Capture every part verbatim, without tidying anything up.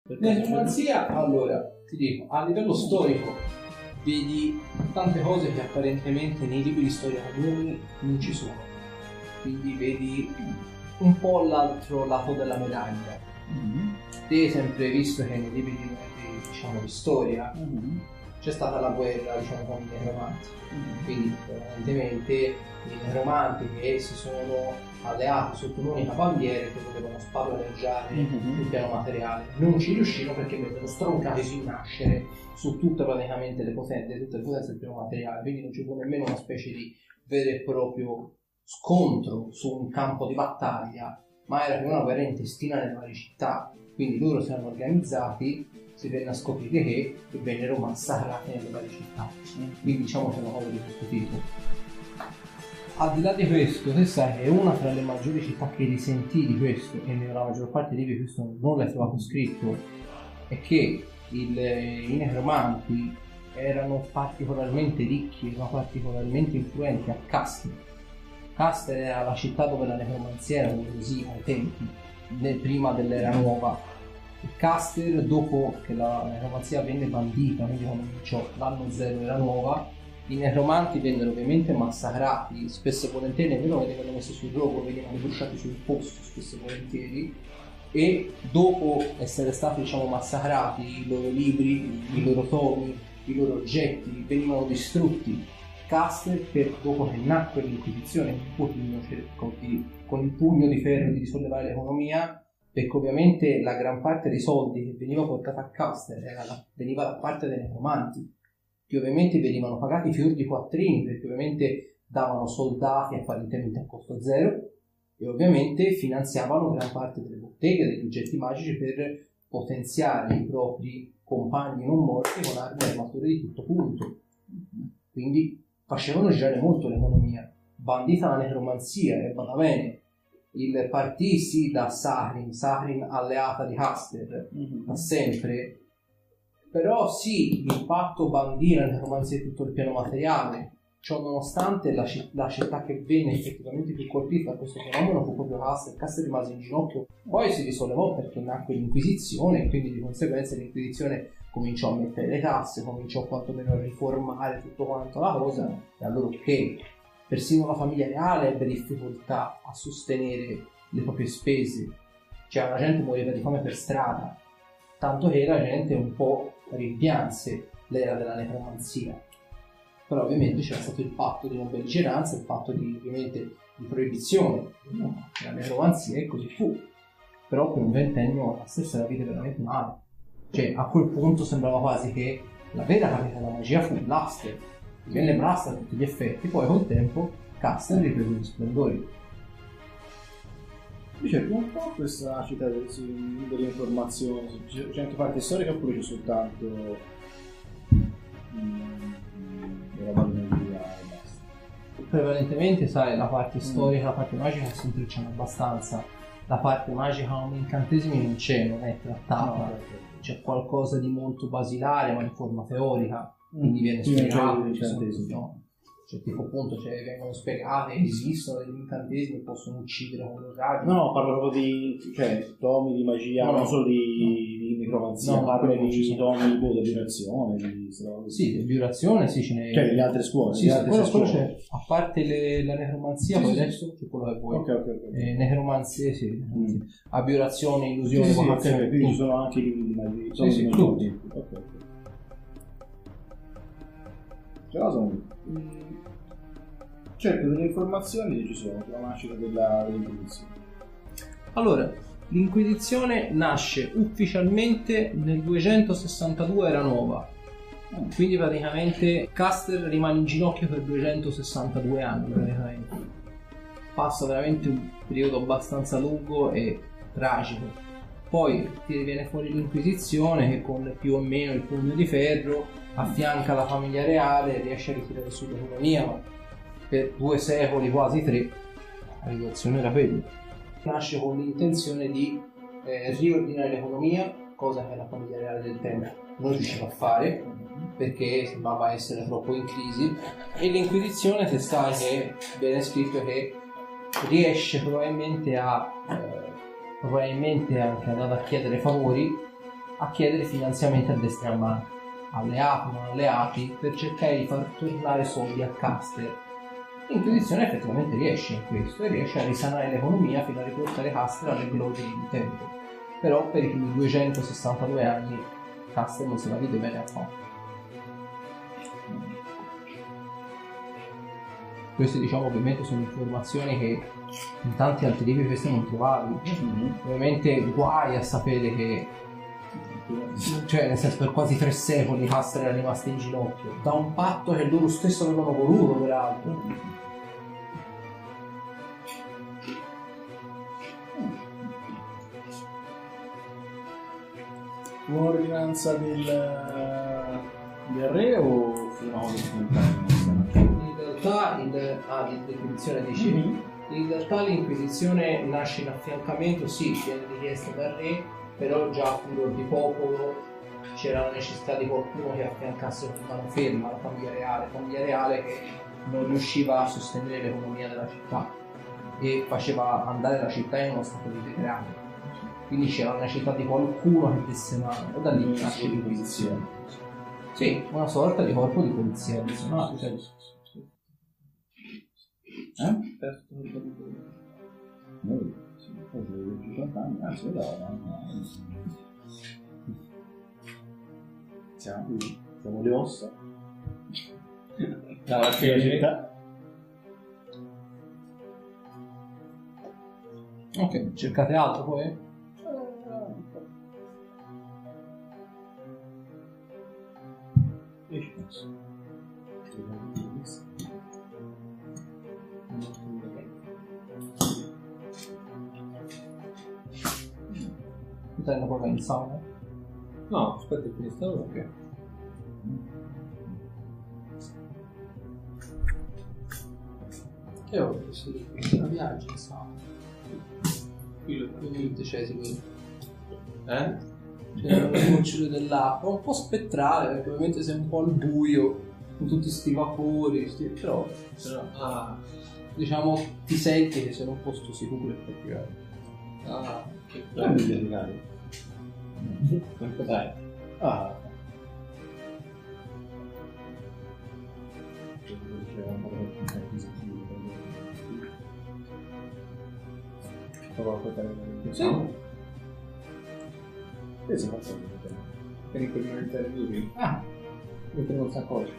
Necromanzia, allora, ti dico, a livello storico vedi tante cose che apparentemente nei libri di storia comuni non ci sono. Quindi vedi un po' l'altro lato della medaglia. Mm-hmm. Te hai sempre visto che nei libri di, di, diciamo, di storia mm-hmm. c'è stata la guerra, diciamo, con i necromanti. Mm-hmm. Quindi evidentemente i necromanti che si sono alleati sotto un'unica bandiera che potevano spadroneggiare mm-hmm. il piano materiale non ci riuscirono perché vennero stroncati sul nascere su tutte praticamente le potenze, tutte le potenze del piano materiale, quindi non ci fu nemmeno una specie di vero e proprio scontro su un campo di battaglia, ma era una guerra intestina nelle varie città. Quindi loro si erano organizzati, si venne a scoprire che vennero massacrati nelle varie città. Quindi diciamo che è una cosa di questo tipo. Al di là di questo, te sai che una tra le maggiori città che risentì di questo, e nella maggior parte dei libri questo non l'hai trovato scritto, è che il, i necromanti erano particolarmente ricchi, erano particolarmente influenti a Castor. Castor era la città dove la necromanzia era così ai tempi, nel, prima dell'era nuova. Castor, dopo che la necromanzia venne bandita, quindi quando cominciò l'anno zero era nuova, i necromanti vennero ovviamente massacrati, spesso e volentieri, nemmeno venivano messi sul rogo, venivano bruciati sul posto, spesso e volentieri, e dopo essere stati, diciamo, massacrati, i loro libri, i loro tomi, i loro oggetti venivano distrutti. Castor, per dopo che nacque l'Inquisizione con il pugno di ferro di risollevare l'economia, perché ovviamente la gran parte dei soldi che veniva portata a Castor era da, veniva da parte dei necromanti, che ovviamente venivano pagati fior di quattrini, perché ovviamente davano soldati apparentemente a costo zero e ovviamente finanziavano gran parte delle botteghe, degli oggetti magici per potenziare i propri compagni non morti con armi e armature di tutto punto. Quindi facevano girare molto l'economia. Bandita la necromanzia, e vada bene, il partì sì da Sahrin, Sahrin alleata di Castor, mm-hmm. da sempre. Però sì, l'impatto bandì la necromanzia di tutto il piano materiale. Ciò nonostante la, c- la città che venne effettivamente più colpita da questo fenomeno fu proprio Castor. Castor rimase in ginocchio, poi si risollevò perché nacque l'Inquisizione, e quindi di conseguenza l'Inquisizione cominciò a mettere le tasse, cominciò quantomeno a riformare tutto quanto la cosa, e allora ok, persino la famiglia reale ebbe difficoltà a sostenere le proprie spese, cioè la gente moriva di fame per strada, tanto che la gente un po' rimpianse l'era della necromanzia. Però ovviamente c'era stato il patto di non belligeranza, il patto di, ovviamente, di proibizione della necromanzia, e così fu. Però per un ventennio la stessa la vide veramente male. Cioè a quel punto sembrava quasi che la vera capita della magia fu Blaster, che venne Blaster a tutti gli effetti, poi col tempo Castor riprese gli splendori. Dicevo un po' questa città delle informazioni, c'è anche parte storica oppure c'è soltanto roba di magia e basta? Prevalentemente, sai, la parte storica, mm. la parte magica si intrecciano abbastanza. La parte magica con incantesimi non c'è, non è trattata, no, c'è qualcosa di molto basilare ma in forma teorica, quindi viene spiegato, no? Cioè tipo appunto cioè, vengono spiegate, esistono degli incantesimi che possono uccidere con un raggio. No, parlo proprio di cioè, tomi di magia, no, non solo di necromanzia, no, parlo di, di tomi boh, di vibrazione, di... Sì, di vibrazione, sì, ce n'è. Cioè, le altre scuole. Sì, le sì, altre quello, scuole. quello c'è. A parte le, la necromanzia, sì, poi sì, adesso c'è quello che vuoi. Ok, ok, ok. Eh, necromanzie, sì. Mm. Abiurazione, illusione, sì, sì, okay, quindi ci sono anche i libri di magia. Sì, sì, tutti. Ok, ok. Caso, cerco delle informazioni che ci sono sulla nascita della, dell'Inquisizione. Allora, l'Inquisizione nasce ufficialmente nel duecentosessantadue era nuova, quindi praticamente Castor rimane in ginocchio per duecentosessantadue anni praticamente. Passa veramente un periodo abbastanza lungo e tragico. Poi ti viene fuori l'Inquisizione che con più o meno il pugno di ferro affianca la famiglia reale e riesce a ritirare sull'economia, ma per due secoli, quasi tre, la situazione era quella. Nasce con l'intenzione di eh, riordinare l'economia, cosa che la famiglia reale del tempo non riusciva a fare perché sembrava essere troppo in crisi, e l'Inquisizione, se sai che viene scritto che riesce probabilmente a eh, probabilmente anche andare a chiedere favori a chiedere finanziamenti a destra e a manca, alleati o non alleati, per cercare di far tornare soldi a Caster. L'Inquisizione effettivamente riesce in questo e riesce a risanare l'economia fino a riportare Caster alle glorie di un tempo. Però per i primi duecentosessantadue anni Caster non se la vede bene affatto. Queste, diciamo, ovviamente sono informazioni che in tanti altri libri questi non trovavi. Mm-hmm. Ovviamente guai a sapere che, cioè, nel senso, per quasi tre secoli Caster era rimasto in ginocchio da un patto che loro stesso avevano voluto, peraltro. Un'ordinanza del, del re o fu una cosa spontanea? In realtà il, ah, l'Inquisizione dice mm-hmm. In realtà l'Inquisizione nasce in affiancamento, sì, viene richiesta dal re, però già a furor di popolo c'era la necessità di qualcuno che affiancasse con mano ferma la famiglia reale, famiglia reale che non riusciva a sostenere l'economia della città e faceva andare la città in uno stato di degrado. Quindi c'era la necessità di qualcuno che desse mano, e da lì nasce l'Inquisizione. Sì, una sorta di corpo di polizia addizionale. Cioè. Eh? Noi, sì, forse cinquanta anni, anzi, no, siamo qui, siamo le ossa. Alla città. Ok, cercate altro poi? Potendo poi pensare? No, aspetta che finisca ora. Ok. E ora questo di questa viaggio, sa. Qui lo ventesimo. Eh? C'è un gocciolo dell'acqua, un po' spettrale, perché ovviamente sei un po' al buio, con tutti sti vapori, sti... però, però ah, diciamo ti senti che sei in un posto sicuro e proprio. Ah, che bello. Quanto dai? Ah. Sì. Io sono fatto Per incrementare i libri. Ah, mentre non si accorge.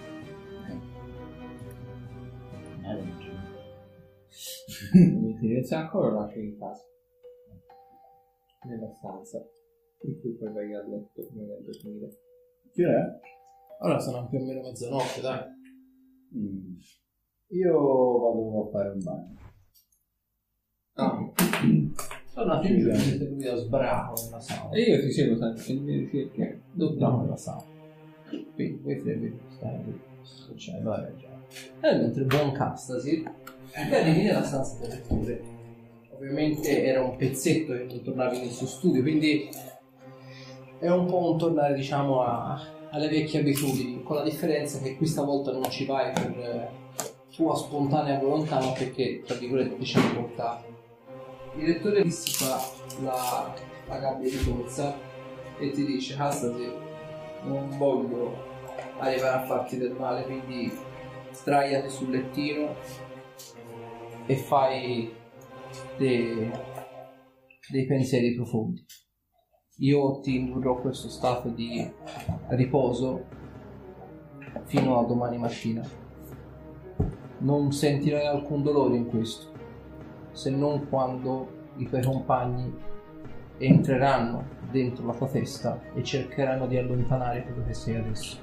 Eh, non c'è. Mentre non si accorge lo lasci in casa. Nella stanza. In cui poi vai a letto come nel dormire. Che è? ora sono più o meno mezzanotte, dai. Mm. Io vado a fare un bagno. Ah. Sono un attimo siete lui a sbraco nella sala. E io ti seguo sempre, se mi ricerchi. Dobbiamo nella sala. Quindi voi freddi stare lì. Cioè, vai già. E mentre buon Castasi arrivi nella stanza delle letture. Ovviamente era un pezzetto che non tornavi nel suo studio, quindi è un po' un tornare, diciamo, a, alle vecchie abitudini, con la differenza che questa volta non ci vai per eh, tua spontanea volontà, ma perché, tra virgolette, diciamo portato. Il direttore ti fa la, la gabbia di forza e ti dice: Castasi, non voglio arrivare a farti del male, quindi sdraiati sul lettino e fai dei, dei pensieri profondi. Io ti indurrò questo stato di riposo fino a domani mattina. Non sentirai alcun dolore in questo, se non quando i tuoi compagni entreranno dentro la tua testa e cercheranno di allontanare quello che sei adesso.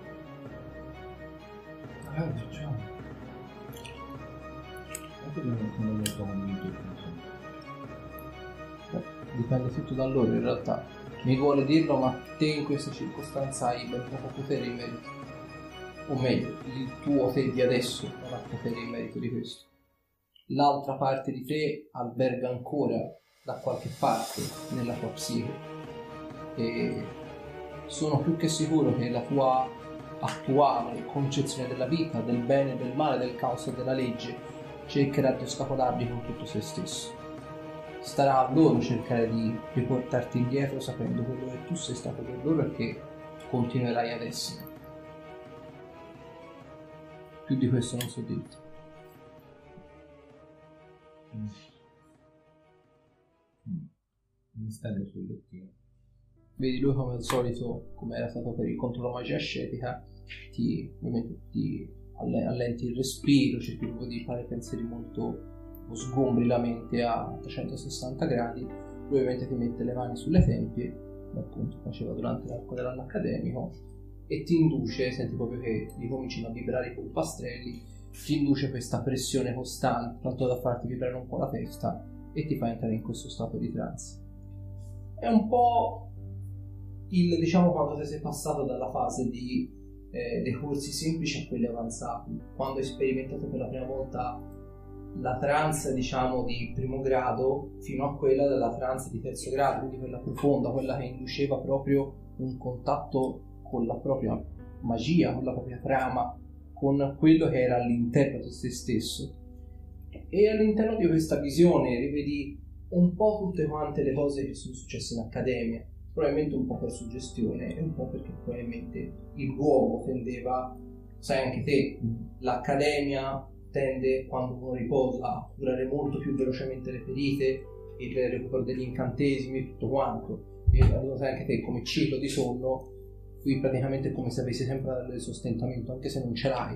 Ah, diciamo. Non sono convinto. Dipende tutto da loro in realtà. Mi vuole dirlo, ma te in questa circostanza hai ben poco potere in merito. O meglio, il tuo te di adesso non ha potere in merito di questo. L'altra parte di te alberga ancora da qualche parte nella tua psiche. E sono più che sicuro che la tua attuale concezione della vita, del bene, del male, del caos e della legge cercherà di ostacolarli con tutto se stesso. starà a loro cercare di riportarti indietro sapendo quello che tu sei stato per loro e che continuerai ad essere. Più di questo non so dirti. Mm. Mm. Mi stendo sul lettino. Vedi lui come al solito, come era stato per il contro la magia ascetica, ti, ovviamente, ti allenti il respiro, cerchi proprio di fare pensieri molto sgombri la mente a trecentosessanta gradi. Lui ovviamente ti mette le mani sulle tempie, come appunto faceva durante l'arco dell'anno accademico, e ti induce, senti proprio che gli cominciano a vibrare i polpastrelli, ti induce questa pressione costante, tanto da farti vibrare un po' la testa, e ti fa entrare in questo stato di trance. È un po' il, diciamo, quando ti sei passato dalla fase di, eh, dei corsi semplici a quelli avanzati, quando hai sperimentato per la prima volta la trance, diciamo, di primo grado fino a quella della trance di terzo grado, quindi quella profonda, quella che induceva proprio un contatto con la propria magia, con la propria trama, con quello che era all'interno di se stesso. E all'interno di questa visione rivedi un po' tutte quante le cose che sono successe in accademia, probabilmente un po' per suggestione e un po' perché probabilmente il luogo tendeva, sai anche te, l'accademia tende, quando uno riposa, a curare molto più velocemente le ferite, il recupero degli incantesimi e tutto quanto. E lo sai anche te, come ciclo di sonno, qui praticamente è come se avessi sempre del sostentamento, anche se non ce l'hai.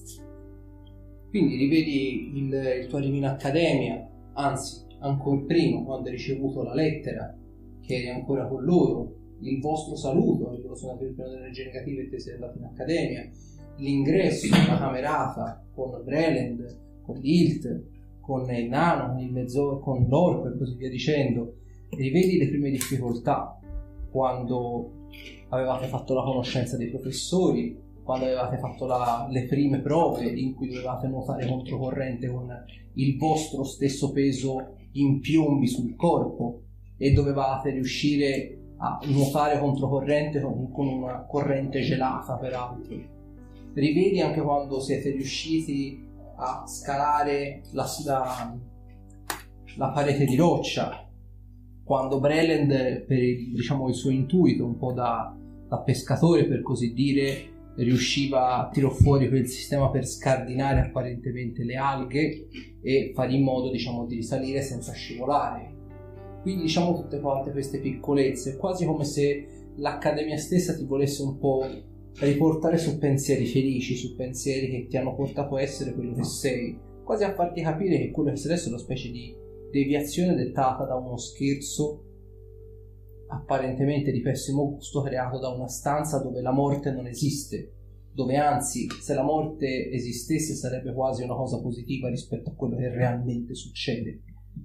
Quindi rivedi il, il tuo arrivo in accademia, anzi, ancora prima, quando hai ricevuto la lettera, che eri ancora con loro, il vostro saluto, che loro sono andati il piano delle energie negative e te sei andato in accademia, l'ingresso, la camerata con Breland, con Hilt, con il nano, con il mezzo, con l'orco e così via dicendo. E rivedi le prime difficoltà quando avevate fatto la conoscenza dei professori, quando avevate fatto la, le prime prove in cui dovevate nuotare controcorrente con il vostro stesso peso in piombi sul corpo e dovevate riuscire a nuotare controcorrente con, con una corrente gelata peraltro. Rivedi anche quando siete riusciti a scalare la, la, la parete di roccia, quando Breland, per il, diciamo, il suo intuito un po' da, da pescatore per così dire, riusciva a tirare fuori quel sistema per scardinare apparentemente le alghe e fare in modo, diciamo, di risalire senza scivolare. Quindi diciamo tutte quante queste piccolezze, quasi come se l'accademia stessa ti volesse un po' riportare su pensieri felici, su pensieri che ti hanno portato a essere quello che sei, quasi a farti capire che quello che sei adesso è una specie di deviazione dettata da uno scherzo apparentemente di pessimo gusto creato da una stanza dove la morte non esiste, dove anzi, se la morte esistesse sarebbe quasi una cosa positiva rispetto a quello che realmente succede.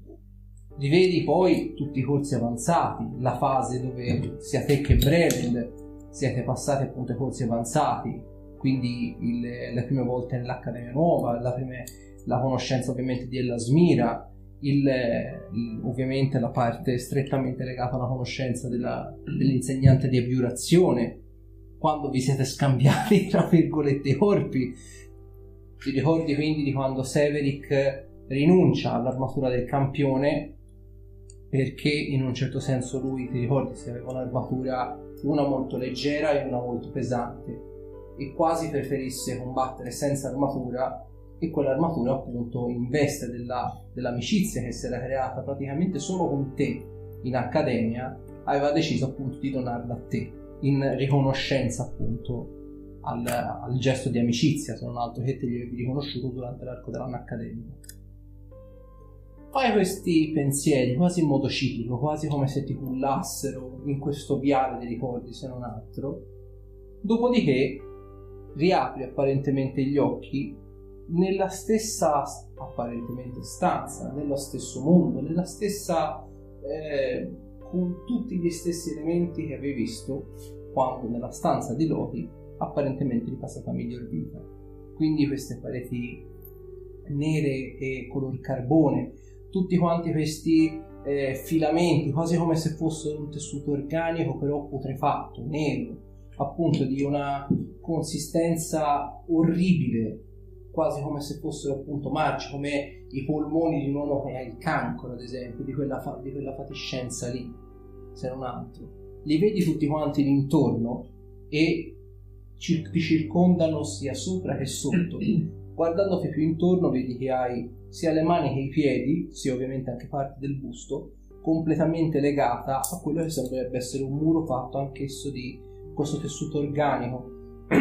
Rivedi poi tutti i corsi avanzati, la fase dove sia te che Breland siete passati appunto ai corsi avanzati, quindi il, le prime volte nell'Accademia Nuova, la, prime, la conoscenza ovviamente di Elasmira, il, il, ovviamente la parte strettamente legata alla conoscenza della, dell'insegnante di abjurazione, quando vi siete scambiati tra virgolette i corpi. Ti ricordi quindi di quando Severick rinuncia all'armatura del campione perché in un certo senso lui, ti ricordi, se aveva un'armatura, una molto leggera e una molto pesante, e quasi preferisse combattere senza armatura, e quell'armatura appunto in veste della, dell'amicizia che si era creata praticamente solo con te in accademia, aveva deciso appunto di donarla a te in riconoscenza appunto al, al gesto di amicizia, se non altro che te gli avevi riconosciuto durante l'arco dell'anno accademico. Fai questi pensieri quasi in modo ciclico, quasi come se ti cullassero in questo viale dei ricordi, se non altro. Dopodiché riapri apparentemente gli occhi nella stessa apparentemente stanza, nello stesso mondo, nella stessa eh, con tutti gli stessi elementi che avevi visto quando nella stanza di Loti apparentemente eri passata a miglior vita. Quindi queste pareti nere e color carbone, tutti quanti questi eh, filamenti, quasi come se fossero un tessuto organico però putrefatto, nero, appunto di una consistenza orribile, quasi come se fossero appunto marci, come i polmoni di un uomo che ha il cancro, ad esempio, di quella, fa- di quella fatiscenza lì, se non altro. Li vedi tutti quanti l'intorno e ci- ti circondano sia sopra che sotto. Guardandoti più intorno vedi che hai sia le mani che i piedi, sia ovviamente anche parte del busto, completamente legata a quello che sembrerebbe essere un muro fatto anch'esso di questo tessuto organico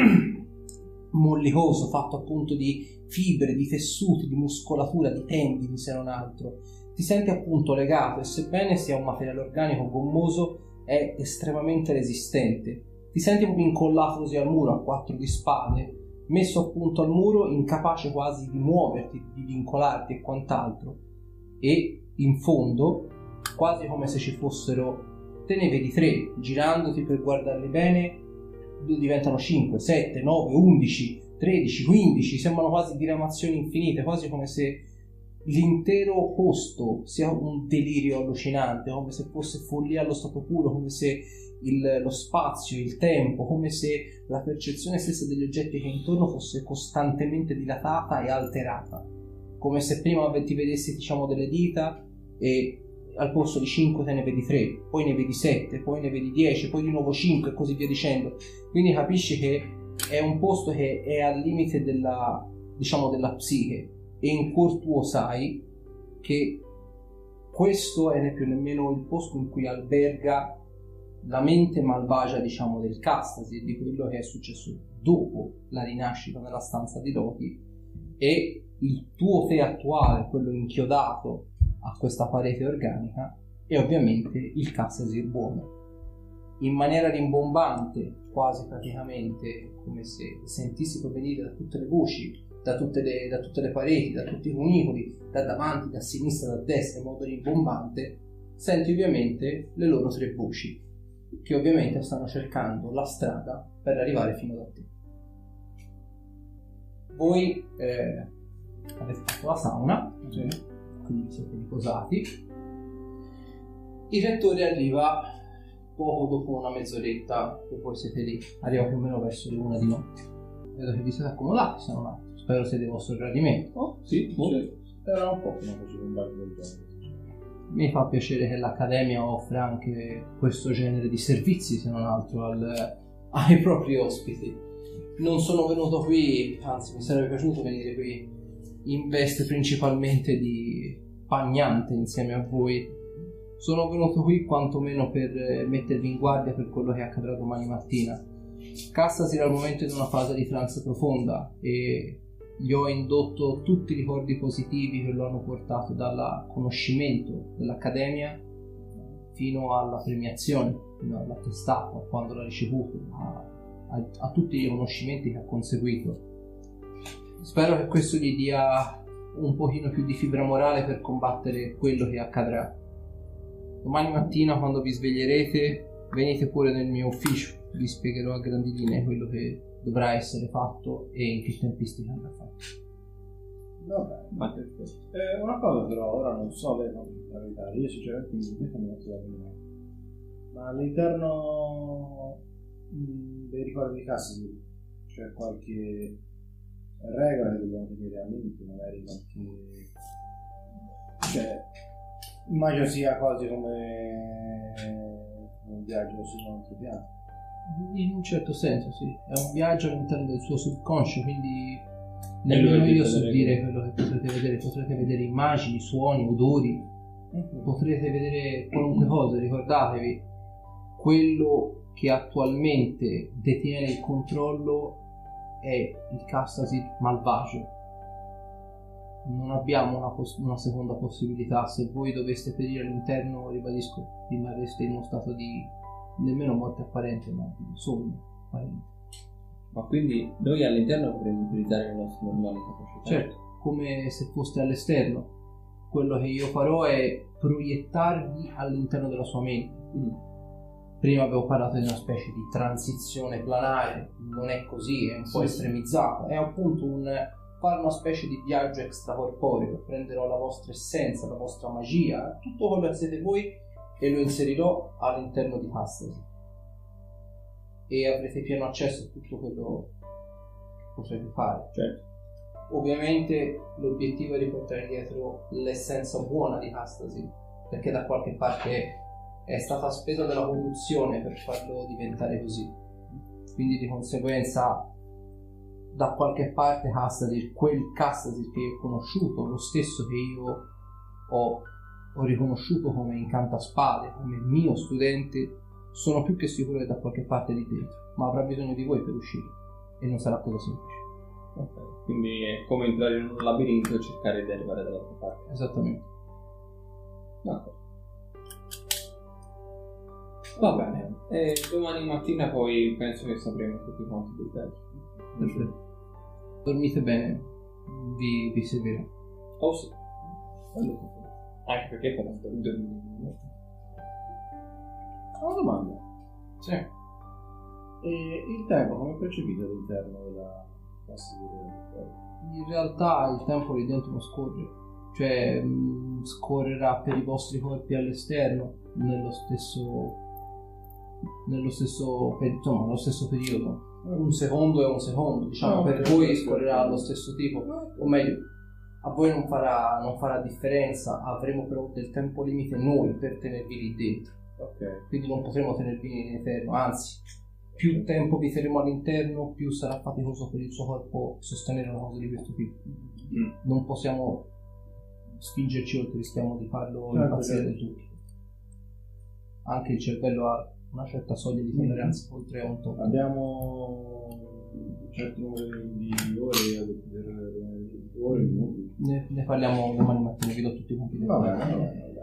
mollicoso, fatto appunto di fibre, di tessuti, di muscolatura, di tendini se non altro. Ti senti appunto legato e sebbene sia un materiale organico gommoso è estremamente resistente. Ti senti proprio incollato così al muro a quattro di spade, messo appunto al muro, incapace quasi di muoverti, di vincolarti e quant'altro. E in fondo, quasi come se ci fossero, te ne vedi tre, girandoti per guardarli bene, diventano cinque, sette, nove, undici, tredici, quindici, sembrano quasi diramazioni infinite, quasi come se l'intero posto sia un delirio allucinante, come se fosse follia allo stato puro, come se il, lo spazio, il tempo, come se la percezione stessa degli oggetti che intorno fosse costantemente dilatata e alterata, come se prima ti vedessi diciamo delle dita e al posto di cinque te ne vedi tre, poi ne vedi sette, poi ne vedi dieci, poi di nuovo cinque e così via dicendo. Quindi capisci che è un posto che è al limite della, diciamo, della psiche, e in cuor tuo sai che questo è né più nemmeno il posto in cui alberga la mente malvagia, diciamo, del Castasi e di quello che è successo dopo la rinascita nella stanza di Loki, e il tuo te attuale, quello inchiodato a questa parete organica, e ovviamente il Castasi buono. In maniera rimbombante, quasi praticamente come se sentissi provenire da tutte le voci, da tutte le, da tutte le pareti, da tutti i cunicoli, da davanti, da sinistra, da destra, in modo rimbombante, senti ovviamente le loro tre voci, che ovviamente stanno cercando la strada per arrivare fino da te. Voi eh, avete fatto la sauna, sì, quindi siete riposati. Il rettore arriva poco dopo una mezz'oretta che voi siete lì, arriva più o meno verso le una di notte. Vedo che vi siete accomodati, se non altro. Spero siete a vostro gradimento. Oh, sì, oh. Era un po' che non facevo un bar del genere. Mi fa piacere che l'Accademia offra anche questo genere di servizi, se non altro, al, ai propri ospiti. Non sono venuto qui, anzi mi sarebbe piaciuto venire qui in veste principalmente di pagnante insieme a voi. Sono venuto qui quantomeno per mettervi in guardia per quello che accadrà domani mattina. Castasi al momento in una fase di trance profonda e gli ho indotto tutti i ricordi positivi che lo hanno portato dal conoscimento dell'Accademia fino alla premiazione, fino all'attestato, quando l'ha ricevuto, a, a, a tutti i riconoscimenti che ha conseguito. Spero che questo gli dia un pochino più di fibra morale per combattere quello che accadrà. Domani mattina, quando vi sveglierete, venite pure nel mio ufficio, vi spiegherò a grandi linee quello che dovrà essere fatto e in che tempistica andrà fatto. Vabbè, ma perfetto. Eh, una cosa però, ora non so le verità, io sinceramente mi sono molto da dire. Ma all'interno mh, dei ricordi di Castasi c'è qualche regola che dobbiamo tenere a mente, magari qualche... cioè, immagino sia quasi come un viaggio su un altro piano. In un certo senso sì, è un viaggio all'interno del suo subconscio, quindi nemmeno io so dire quello che potrete vedere. Potrete vedere immagini, suoni, odori, potrete vedere qualunque cosa. Ricordatevi, quello che attualmente detiene il controllo è il Castasi malvagio. Non abbiamo una, pos- una seconda possibilità. Se voi doveste perire all'interno, ribadisco, rimarreste in uno stato di nemmeno morte apparente, ma di sogno apparente. Ma quindi noi all'interno potremmo utilizzare le nostre normali capacità? Certo, come se foste all'esterno. Quello che io farò è proiettarvi all'interno della sua mente. Mm. Prima avevo parlato di una specie di transizione planare, non è così, è un po' estremizzato, è appunto un fare una specie di viaggio extracorporeo. Prenderò la vostra essenza, la vostra magia, tutto quello che siete voi, e lo inserirò all'interno di Castasi, e avrete pieno accesso a tutto quello che potrete fare. Certo. Ovviamente l'obiettivo è riportare dietro l'essenza buona di Castasi, perché da qualche parte è stata spesa della corruzione per farlo diventare così. Quindi di conseguenza da qualche parte Castasi, quel Castasi che io ho conosciuto, lo stesso che io ho, ho riconosciuto come incantaspade, come mio studente, sono più che sicuro che da qualche parte lì dentro, ma avrà bisogno di voi per uscire e non sarà cosa semplice. Ok, quindi è come entrare in un labirinto e cercare di arrivare dall'altra parte. Esattamente. D'accordo. Va bene, e domani mattina poi penso che sapremo tutti quanti i dettagli. Perfetto. Dormite bene, vi, vi servirà. Oh sì. Anche perché poi non dormire. Una domanda. Sì. E il tempo come percepite all'interno della classe di In realtà il tempo lì dentro non scorre, cioè mh, scorrerà per i vostri corpi all'esterno nello stesso nello stesso per, insomma nello stesso periodo. Un secondo è un secondo, diciamo, No, per okay, voi okay, scorrerà okay. allo stesso tipo, o meglio, a voi non farà, non farà differenza, avremo però del tempo limite noi per tenervi lì dentro. Ok. Quindi non potremo tenervi in eterno, anzi più tempo vi terremo all'interno più sarà faticoso per il suo corpo sostenere una cosa di questo tipo. Mm. Non possiamo spingerci oltre, rischiamo di farlo Certo, impazzire certo. del tutto. Anche il cervello ha una certa soglia di tolleranza oltre a un tot. Abbiamo un certo numero di ore per ore, minuti. Ne, ne parliamo domani mattina, vi do tutti i compiti. Va bene, va bene, va bene.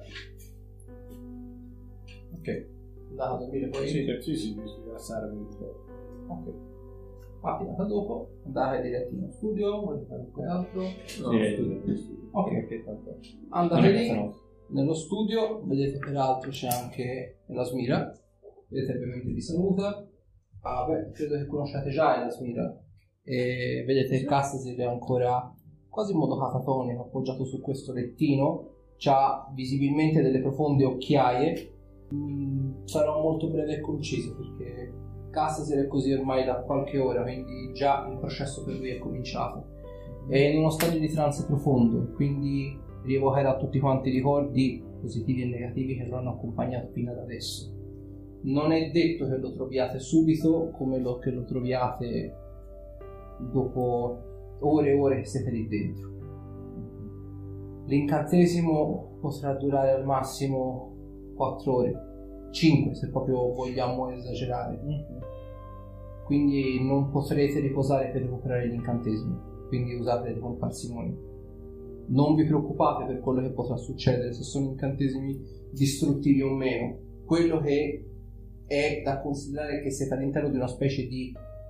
Ok, andate a dormire poi? Sì, sì, sì, mi sto rilassarmi un po'. Ok. Mattinata dopo, andate diretti in studio, volete fare qualcos'altro? No, studio, studio. Ok, ok, tanto. andate lì. Nello studio, vedete peraltro c'è anche la Smira, vedete ovviamente vi saluta. Ah, beh, credo che conosciate già la Smira. E vedete che Castasi è ancora quasi in modo catatonico, appoggiato su questo lettino, c'ha visibilmente delle profonde occhiaie. Mm, sarò molto breve e conciso perché Castasi è così ormai da qualche ora, quindi già il processo per lui è cominciato. È in uno stadio di trance profondo, quindi rievocherà tutti quanti i ricordi positivi e negativi che lo hanno accompagnato fino ad adesso. Non è detto che lo troviate subito come lo, che lo troviate dopo ore e ore che siete lì dentro. L'incantesimo potrà durare al massimo quattro ore, cinque se proprio vogliamo esagerare. Quindi non potrete riposare per recuperare l'incantesimo, quindi usateli con parsimonia. Non vi preoccupate per quello che potrà succedere, se sono incantesimi distruttivi o meno. Quello che è da considerare è che siete all'interno di una specie di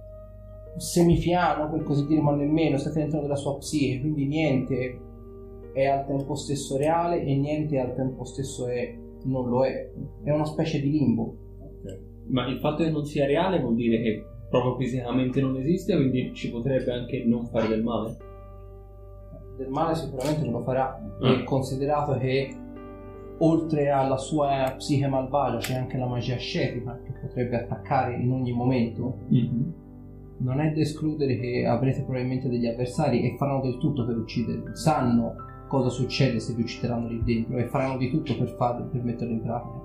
semifiano, per così dire, ma nemmeno, siete all'interno della sua psiche, quindi niente è al tempo stesso reale e niente al tempo stesso è, non lo è. È una specie di limbo. Okay. Ma il fatto che non sia reale vuol dire che proprio fisicamente non esiste, quindi ci potrebbe anche non fare del male? Del male sicuramente non lo farà, Mm. e considerato che oltre alla sua psiche malvagia c'è anche la magia ascetica che potrebbe attaccare in ogni momento. Mm-hmm. Non è da escludere che avrete probabilmente degli avversari e faranno del tutto per uccidervi, sanno cosa succede se vi uccideranno lì dentro e faranno di tutto per farlo, per metterlo in pratica.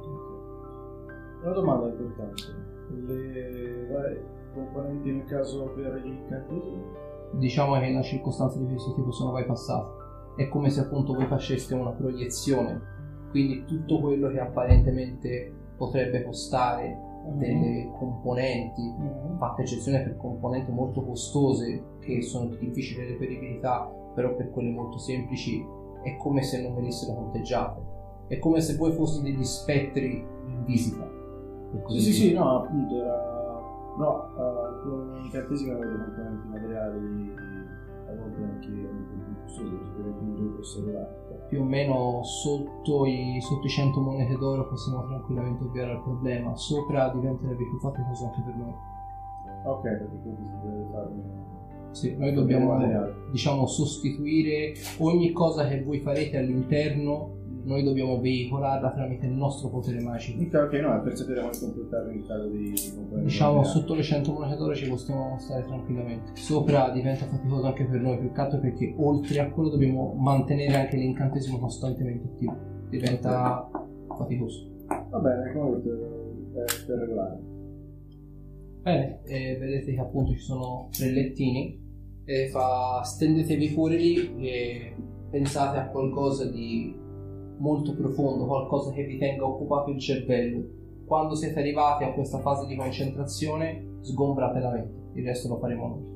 Una domanda importante. Le varie componenti nel caso per gli incantesimi? Diciamo che in circostanze di questo tipo sono bypassate. È come se appunto voi faceste una proiezione, quindi tutto quello che apparentemente potrebbe costare delle componenti, fatta eccezione per componenti molto costose che sono di difficile reperibilità, però per quelle molto semplici è come se non venissero conteggiate. È come se voi foste degli spettri in visita. per così Sì, sì, dire. sì, no, appunto era... No, uh, con gli incantesimi avevano dei componenti materiali, a volte anche un po' più costosi, per cui osservare. Più o meno sotto i, sotto i cento monete d'oro possiamo tranquillamente ovviare al problema. Sopra diventerebbe più faticoso anche per noi. Ok, perché quindi si deve farne... Sì, noi dobbiamo, materiale. diciamo, sostituire ogni cosa che voi farete all'interno noi dobbiamo veicolarla tramite il nostro potere magico. Ok, ok, no, è per sapere come completare il caso di... Diciamo sotto le cento monete d'oro ci possiamo stare tranquillamente. Sopra diventa faticoso anche per noi, più che altro perché oltre a quello dobbiamo mantenere anche l'incantesimo costantemente attivo. Diventa faticoso. Va bene, come vedete, è per regolare. Bene, e vedete che appunto ci sono tre lettini. E fa stendetevi fuori lì e pensate a qualcosa di molto profondo, qualcosa che vi tenga occupato il cervello. Quando siete arrivati a questa fase di concentrazione, sgombrate la mente, il resto lo faremo noi.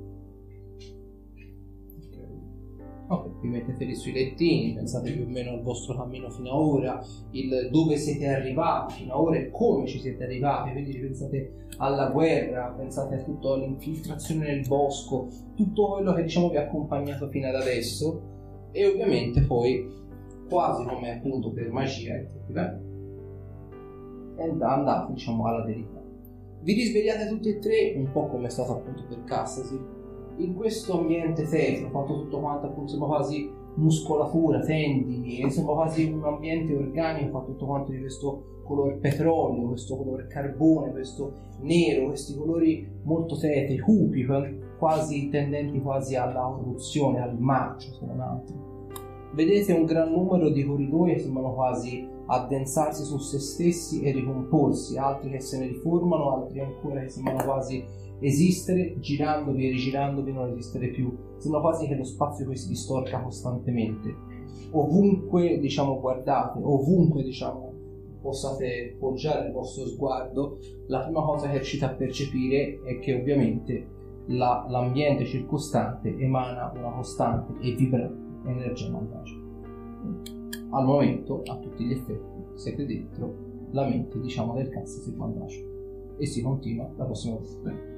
Ok, vi mettete lì sui lettini, pensate più o meno al vostro cammino fino ad ora, il dove siete arrivati fino ad ora e come ci siete arrivati, quindi pensate alla guerra, pensate a tutta l'infiltrazione nel bosco, tutto quello che diciamo vi ha accompagnato fino ad adesso e ovviamente poi quasi come appunto per magia e andate diciamo alla verità. Vi risvegliate tutti e tre un po' come è stato appunto per Cassasi. In questo ambiente tetro, fatto tutto quanto appunto sembra quasi muscolatura, tendini, sembra quasi un ambiente organico, fatto tutto quanto di questo color petrolio, questo color carbone, questo nero, questi colori molto tetri, cupi, quasi tendenti quasi alla corruzione, al marcio se non altro. Vedete un gran numero di corridoi che sembrano quasi addensarsi su se stessi e ricomporsi, altri che se ne riformano, altri ancora che sembrano quasi esistere, girandovi e rigirandovi non esistere più. Sembra quasi che lo spazio poi si distorca costantemente. Ovunque diciamo guardate, ovunque diciamo possiate poggiare il vostro sguardo, la prima cosa che riuscite a percepire è che ovviamente la, l'ambiente circostante emana una costante e vibrante energia malvagia. Al momento, a tutti gli effetti, siete dentro la mente diciamo del Cassasi malvagio e si continua la prossima volta.